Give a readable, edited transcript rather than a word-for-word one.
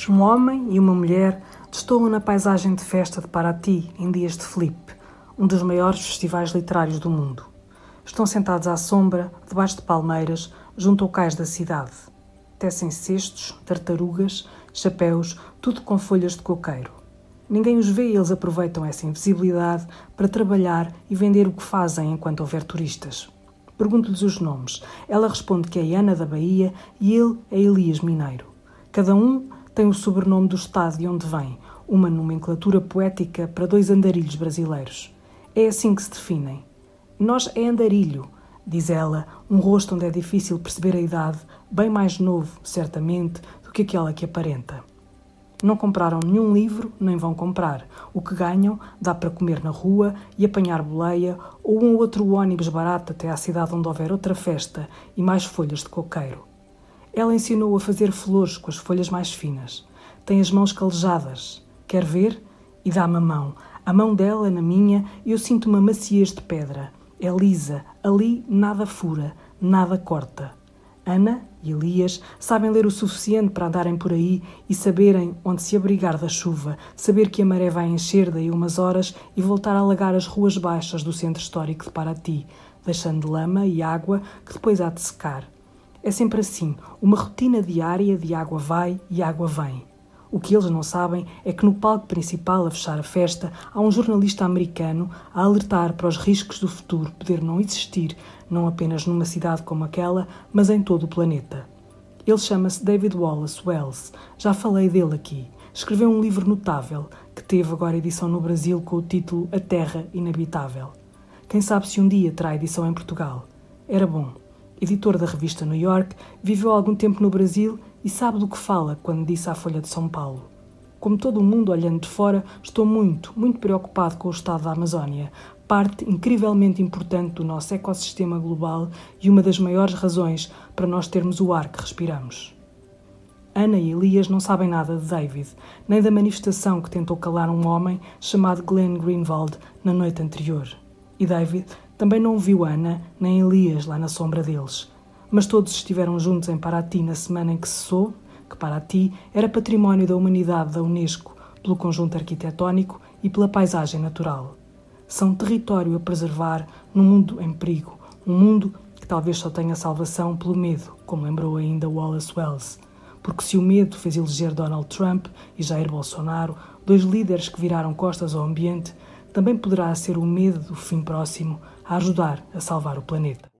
Um homem e uma mulher destoam na paisagem de festa de Paraty em dias de Flip, um dos maiores festivais literários do mundo. Estão sentados à sombra, debaixo de palmeiras, junto ao cais da cidade. Tecem cestos, tartarugas, chapéus, tudo com folhas de coqueiro. Ninguém os vê e eles aproveitam essa invisibilidade para trabalhar e vender o que fazem enquanto houver turistas. Pergunto-lhes os nomes. Ela responde que é Ana da Bahia e ele é Elias Mineiro. Cada um tem o sobrenome do estado de onde vem, uma nomenclatura poética para dois andarilhos brasileiros. É assim que se definem. Nós é andarilho, diz ela, um rosto onde é difícil perceber a idade, bem mais novo, certamente, do que aquela que aparenta. Não compraram nenhum livro, nem vão comprar. O que ganham dá para comer na rua e apanhar boleia ou um ou outro ônibus barato até à cidade onde houver outra festa e mais folhas de coqueiro. Ela ensinou-o a fazer flores com as folhas mais finas. Tem as mãos calejadas. Quer ver? E dá-me a mão. A mão dela na minha e eu sinto uma maciez de pedra. É lisa. Ali nada fura, nada corta. Ana e Elias sabem ler o suficiente para andarem por aí e saberem onde se abrigar da chuva, saber que a maré vai encher daí umas horas e voltar a alagar as ruas baixas do centro histórico de Paraty, deixando lama e água que depois há de secar. É sempre assim, uma rotina diária de água vai e água vem. O que eles não sabem é que no palco principal a fechar a festa há um jornalista americano a alertar para os riscos do futuro poder não existir, não apenas numa cidade como aquela, mas em todo o planeta. Ele chama-se David Wallace Wells, já falei dele aqui. Escreveu um livro notável, que teve agora edição no Brasil com o título A Terra Inabitável. Quem sabe se um dia terá edição em Portugal. Era bom. Editor da revista New York, viveu algum tempo no Brasil e sabe do que fala quando disse à Folha de São Paulo: como todo o mundo olhando de fora, estou muito preocupado com o estado da Amazónia, parte incrivelmente importante do nosso ecossistema global e uma das maiores razões para nós termos o ar que respiramos. Ana e Elias não sabem nada de David, nem da manifestação que tentou calar um homem chamado Glenn Greenwald na noite anterior. E David também não viu Ana nem Elias lá na sombra deles. Mas todos estiveram juntos em Paraty na semana em que se soube que Paraty era património da humanidade da Unesco pelo conjunto arquitetónico e pela paisagem natural. São território a preservar num mundo em perigo, um mundo que talvez só tenha salvação pelo medo, como lembrou ainda Wallace Wells. Porque se o medo fez eleger Donald Trump e Jair Bolsonaro, dois líderes que viraram costas ao ambiente, também poderá ser o medo do fim próximo a ajudar a salvar o planeta.